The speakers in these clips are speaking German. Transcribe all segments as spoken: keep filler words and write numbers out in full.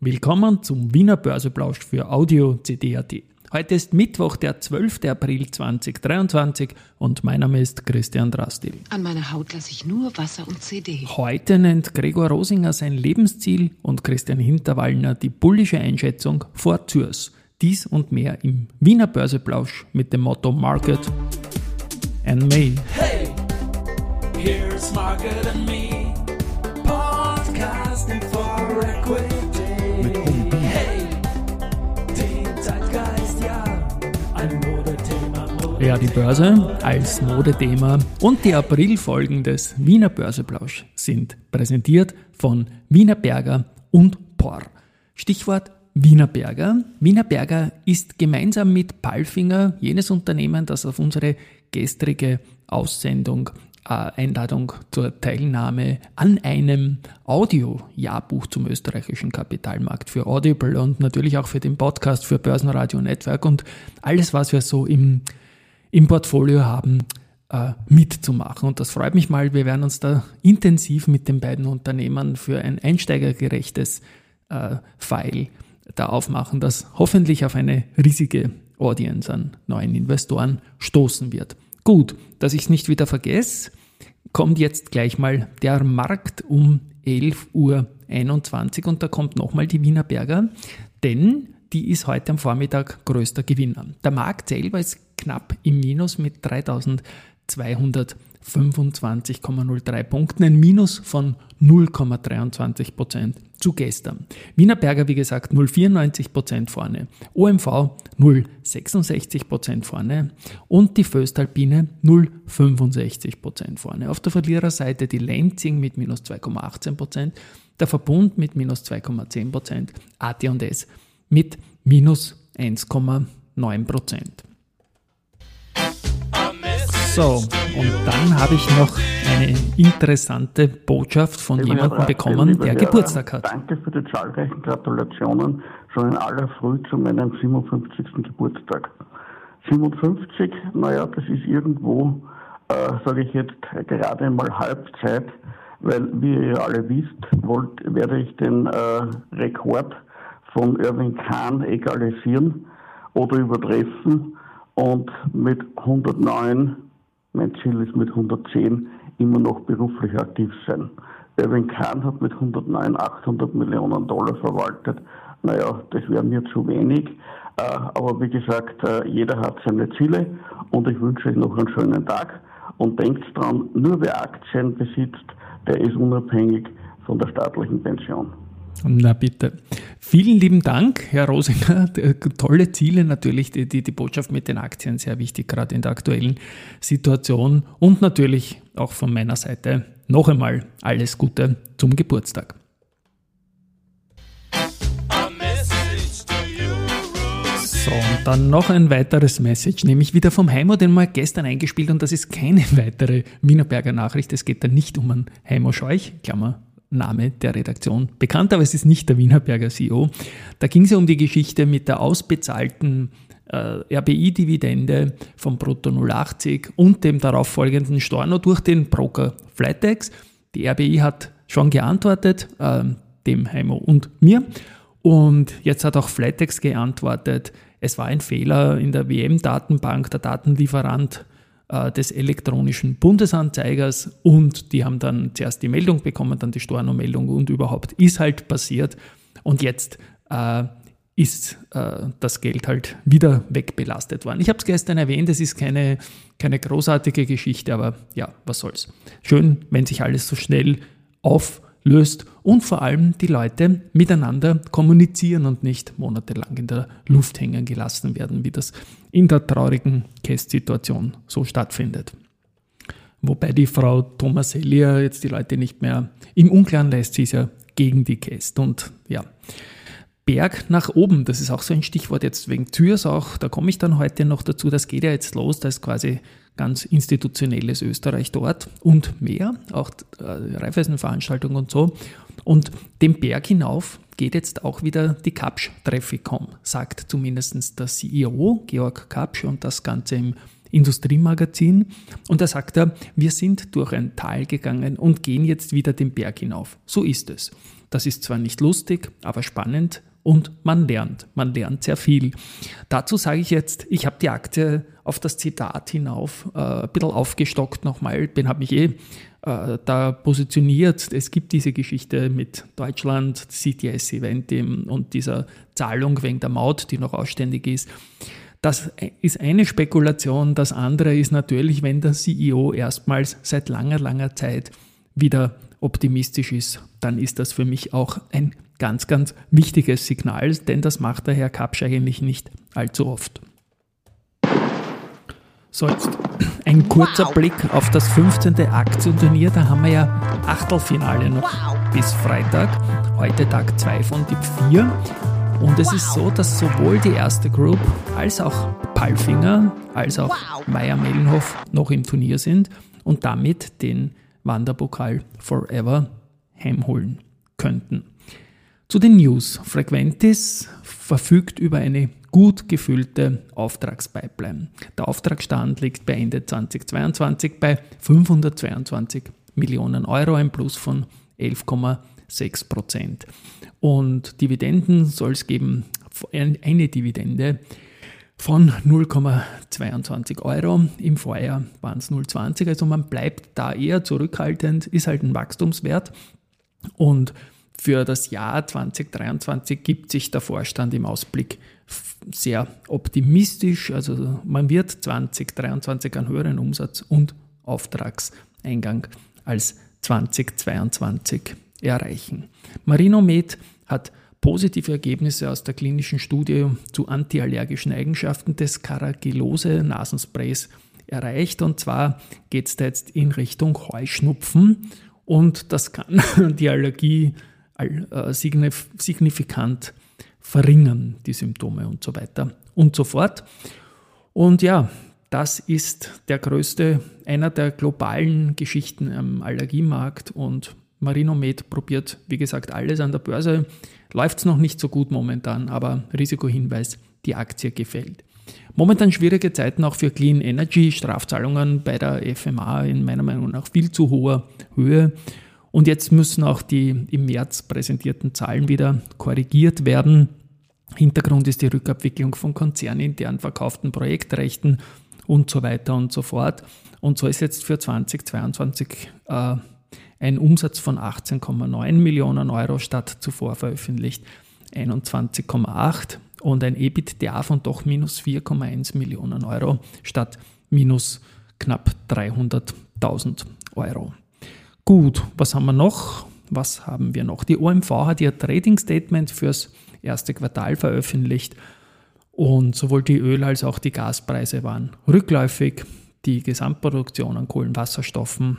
Willkommen zum Wiener Börseplausch für Audio C D Punkt A T. Heute ist Mittwoch, der zwölfter April zweitausenddreiundzwanzig und mein Name ist Christian Drastil. An meiner Haut lasse ich nur Wasser und C D. Heute nennt Gregor Rosinger sein Lebensziel und Christian Hinterwallner die bullische Einschätzung vor Zürs. Dies und mehr im Wiener Börseplausch mit dem Motto Market and Me. Hey, here's Market and Me, podcasting for equity. Hey, den Zeitgeist, ja, ein Modethema. Modethema. Ja, die Börse als Modethema und die Aprilfolgen des Wiener Börseplausch sind präsentiert von Wienerberger und P O R. Stichwort Wienerberger. Wienerberger ist gemeinsam mit Palfinger jenes Unternehmen, das auf unsere gestrige Aussendung, äh, Einladung zur Teilnahme an einem Audio-Jahrbuch zum österreichischen Kapitalmarkt für Audible und natürlich auch für den Podcast für Börsenradio Network und alles, was wir so im, im Portfolio haben, äh, mitzumachen. Und das freut mich mal. Wir werden uns da intensiv mit den beiden Unternehmern für ein einsteigergerechtes äh, File da aufmachen, das hoffentlich auf eine riesige Audience an neuen Investoren stoßen wird. Gut, dass ich es nicht wieder vergesse, kommt jetzt gleich mal der Markt um elf Uhr einundzwanzig und da kommt nochmal die Wienerberger, denn die ist heute am Vormittag größter Gewinner. Der Markt selber ist knapp im Minus mit dreitausendzweihundertfünfundzwanzig Komma null drei Punkten, ein Minus von null Komma dreiundzwanzig Prozent zu gestern. Wienerberger, wie gesagt, null Komma vierundneunzig Prozent vorne, O M V null Komma sechsundsechzig Prozent vorne und die Voestalpine null Komma fünfundsechzig Prozent vorne. Auf der Verliererseite die Lenzing mit minus zwei Komma achtzehn Prozent, der Verbund mit minus zwei Komma zehn Prozent, A T und S mit minus eins Komma neun Prozent. So, und dann habe ich noch eine interessante Botschaft von Lieber jemandem Herr bekommen, Lieber der Herr, Geburtstag hat. Danke für die zahlreichen Gratulationen schon in aller Früh zu meinem siebenundfünfzigsten Geburtstag. siebenundfünfzig, naja, das ist irgendwo, äh, sage ich jetzt, gerade mal Halbzeit, weil, wie ihr ja alle wisst, wollt, werde ich den äh, Rekord von Irving Kahn egalisieren oder übertreffen und mit hundertneun, mein Ziel ist mit hundertzehn, immer noch beruflich aktiv sein. Irving Kahn hat mit hundertneun achthundert Millionen Dollar verwaltet. Naja, das wäre mir zu wenig. Aber wie gesagt, jeder hat seine Ziele und ich wünsche euch noch einen schönen Tag. Und denkt dran, nur wer Aktien besitzt, der ist unabhängig von der staatlichen Pension. Na bitte. Vielen lieben Dank, Herr Rosinger. Tolle Ziele natürlich, die, die, die Botschaft mit den Aktien, sehr wichtig, gerade in der aktuellen Situation. Und natürlich auch von meiner Seite noch einmal alles Gute zum Geburtstag. So, und dann noch ein weiteres Message, nämlich wieder vom Heimo, den wir gestern eingespielt und das ist keine weitere Wienerberger Nachricht. Es geht da nicht um einen Heimo Scheuch, Klammer, Name der Redaktion bekannt, aber es ist nicht der Wienerberger C E O. Da ging es ja um die Geschichte mit der ausbezahlten äh, R B I-Dividende vom Brutto null Komma achtzig und dem darauffolgenden Storno durch den Broker Flatex. Die R B I hat schon geantwortet, äh, dem Heimo und mir. Und jetzt hat auch Flatex geantwortet, es war ein Fehler in der W M-Datenbank, der Datenlieferant des elektronischen Bundesanzeigers und die haben dann zuerst die Meldung bekommen, dann die Storno-Meldung und überhaupt ist halt passiert und jetzt äh, ist äh, das Geld halt wieder wegbelastet worden. Ich habe es gestern erwähnt, es ist keine, keine großartige Geschichte, aber ja, was soll's. Schön, wenn sich alles so schnell auflöst und vor allem die Leute miteinander kommunizieren und nicht monatelang in der Luft hängen gelassen werden, wie das in der traurigen Käst-Situation so stattfindet. Wobei die Frau Tomaselli jetzt die Leute nicht mehr im Unklaren lässt, sie ist ja gegen die Käst. Und ja, Berg nach oben, das ist auch so ein Stichwort jetzt wegen Zürs auch, da komme ich dann heute noch dazu, das geht ja jetzt los, da ist quasi ganz institutionelles Österreich dort und mehr, auch äh, Raiffeisen-Veranstaltungen und so. Und den Berg hinauf geht jetzt auch wieder die Kapsch Trafficom, sagt zumindest der C E O, Georg Kapsch, und das Ganze im Industriemagazin. Und da sagt er, wir sind durch ein Tal gegangen und gehen jetzt wieder den Berg hinauf. So ist es. Das ist zwar nicht lustig, aber spannend und man lernt. Man lernt sehr viel. Dazu sage ich jetzt, ich habe die Aktie auf das Zitat hinauf äh, ein bisschen aufgestockt nochmal. Ich habe mich eh äh, da positioniert. Es gibt diese Geschichte mit Deutschland, C T S Eventim und dieser Zahlung wegen der Maut, die noch ausständig ist. Das ist eine Spekulation. Das andere ist natürlich, wenn der C E O erstmals seit langer, langer Zeit wieder optimistisch ist, dann ist das für mich auch ein ganz, ganz wichtiges Signal, denn das macht der Herr Kapsch eigentlich nicht allzu oft. So, jetzt ein kurzer wow. Blick auf das fünfzehnte Aktienturnier. Da haben wir ja Achtelfinale noch wow. bis Freitag. Heute Tag zwei von Tipp vier. Und es wow. ist so, dass sowohl die erste Group als auch Palfinger, als auch wow. Mayr-Melnhof noch im Turnier sind und damit den Wanderpokal Forever heimholen könnten. Zu den News. Frequentis verfügt über eine gut gefüllte Auftragspipeline. Der Auftragsstand liegt bei Ende zweitausendzweiundzwanzig bei fünfhundertzweiundzwanzig Millionen Euro, ein Plus von elf Komma sechs Prozent. Und Dividenden soll es geben, eine Dividende von null Komma zweiundzwanzig Euro. Im Vorjahr waren es null Komma zwanzig, also man bleibt da eher zurückhaltend, ist halt ein Wachstumswert. Und für das Jahr zweitausenddreiundzwanzig gibt sich der Vorstand im Ausblick sehr optimistisch. Also man wird zweitausenddreiundzwanzig einen höheren Umsatz und Auftragseingang als zweitausendzweiundzwanzig erreichen. Marinomed hat positive Ergebnisse aus der klinischen Studie zu antiallergischen Eigenschaften des Carragelose-Nasensprays erreicht. Und zwar geht es da jetzt in Richtung Heuschnupfen und das kann die Allergie äh, signif- signifikant verringern, die Symptome und so weiter und so fort. Und ja, das ist der größte, einer der globalen Geschichten am Allergiemarkt und Marinomed probiert, wie gesagt, alles an der Börse. Läuft es noch nicht so gut momentan, aber Risikohinweis, die Aktie gefällt. Momentan schwierige Zeiten auch für Clean Energy, Strafzahlungen bei der F M A in meiner Meinung nach viel zu hoher Höhe. Und jetzt müssen auch die im März präsentierten Zahlen wieder korrigiert werden. Hintergrund ist die Rückabwicklung von konzernintern verkauften Projektrechten und so weiter und so fort. Und so ist jetzt für zweitausendzweiundzwanzig äh, ein Umsatz von achtzehn Komma neun Millionen Euro statt zuvor veröffentlicht einundzwanzig Komma acht und ein EBITDA von doch minus vier Komma eins Millionen Euro statt minus knapp dreihunderttausend Euro. Gut, was haben wir noch? Was haben wir noch? Die O M V hat ihr Trading Statement fürs erste Quartal veröffentlicht und sowohl die Öl- als auch die Gaspreise waren rückläufig. Die Gesamtproduktion an Kohlenwasserstoffen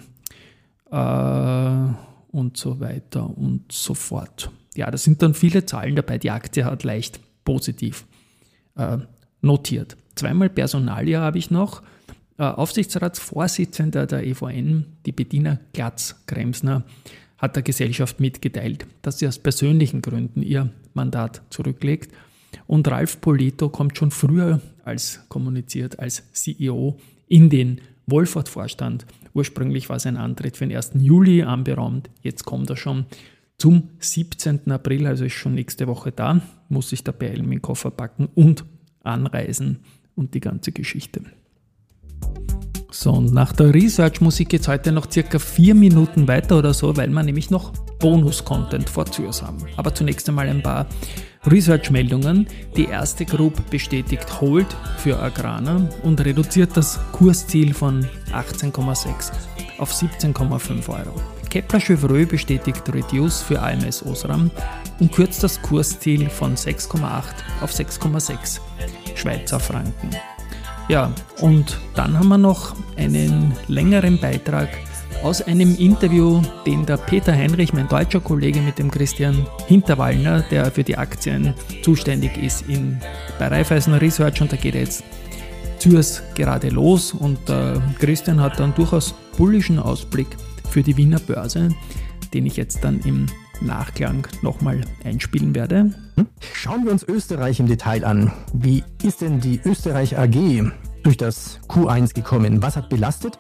und so weiter und so fort. Ja, da sind dann viele Zahlen dabei. Die Aktie hat leicht positiv äh, notiert. Zweimal Personalia habe ich noch. Äh, Aufsichtsratsvorsitzender der E V N, die Bettina Glatz-Kremsner, hat der Gesellschaft mitgeteilt, dass sie aus persönlichen Gründen ihr Mandat zurücklegt. Und Ralf Polito kommt schon früher als kommuniziert als C E O in den Wolford-Vorstand. Ursprünglich war sein Antritt für den ersten Juli anberaumt. Jetzt kommt er schon zum siebzehnten April, also ist schon nächste Woche da, muss sich der B L M in den Koffer packen und anreisen und die ganze Geschichte. So, und nach der Research-Musik geht es heute noch circa vier Minuten weiter oder so, weil wir nämlich noch Bonus-Content vor Zürs haben. Aber zunächst einmal ein paar Research-Meldungen. Die erste Group bestätigt Hold für Agrana und reduziert das Kursziel von achtzehn Komma sechs auf siebzehn Komma fünf Euro. Kepler Chevreux bestätigt Reduce für A M S Osram und kürzt das Kursziel von sechs Komma acht auf sechs Komma sechs Schweizer Franken. Ja, und dann haben wir noch einen längeren Beitrag aus einem Interview, den der Peter Heinrich, mein deutscher Kollege, mit dem Christian Hinterwallner, der für die Aktien zuständig ist, in, bei Raiffeisen Research, und da geht jetzt Zürs gerade los und äh, Christian hat dann durchaus bullischen Ausblick für die Wiener Börse, den ich jetzt dann im Nachklang nochmal einspielen werde. Schauen wir uns Österreich im Detail an. Wie ist denn die Österreich A G durch das Q eins gekommen? Was hat belastet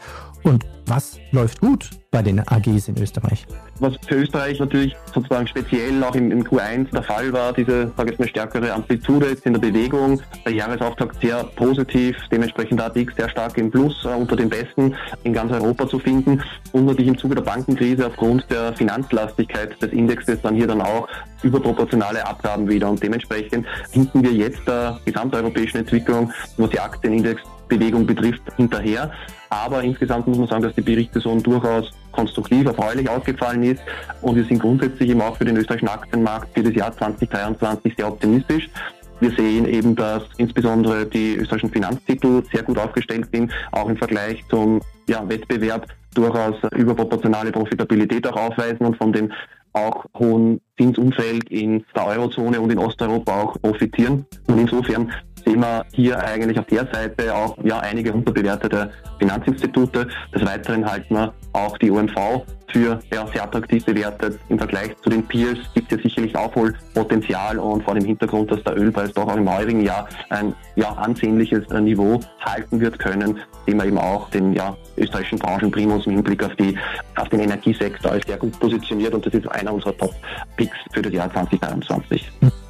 Und was läuft gut bei den A Gs in Österreich? Was für Österreich natürlich sozusagen speziell auch im, im Q eins der Fall war, diese, sage ich mal, stärkere Amplitude jetzt in der Bewegung. Der Jahresauftakt sehr positiv, dementsprechend A T X sehr stark im Plus, äh, unter den Besten in ganz Europa zu finden. Und natürlich im Zuge der Bankenkrise aufgrund der Finanzlastigkeit des Indexes dann hier dann auch überproportionale Abgaben wieder. Und dementsprechend hinken wir jetzt der gesamteuropäischen Entwicklung, was die Aktienindexbewegung betrifft, hinterher. Aber insgesamt muss man sagen, dass die Berichtssaison durchaus konstruktiv, erfreulich ausgefallen ist. Und wir sind grundsätzlich eben auch für den österreichischen Aktienmarkt für das Jahr zwanzig dreiundzwanzig sehr optimistisch. Wir sehen eben, dass insbesondere die österreichischen Finanztitel sehr gut aufgestellt sind, auch im Vergleich zum ja, Wettbewerb durchaus überproportionale Profitabilität auch aufweisen und von dem auch hohen Zinsumfeld in der Eurozone und in Osteuropa auch profitieren. Und insofern sehen wir hier eigentlich auf der Seite auch ja, einige unterbewertete Finanzinstitute. Des Weiteren halten wir auch die O M V für ja, sehr attraktiv bewertet. Im Vergleich zu den Peers gibt es ja sicherlich Aufholpotenzial und vor dem Hintergrund, dass der Ölpreis doch auch im heurigen Jahr ein ja, ansehnliches Niveau halten wird können, sehen wir eben auch den ja, österreichischen Branchenprimus im Hinblick auf, die, auf den Energiesektor als sehr gut positioniert und das ist einer unserer Top-Picks für das Jahr zwanzig dreiundzwanzig.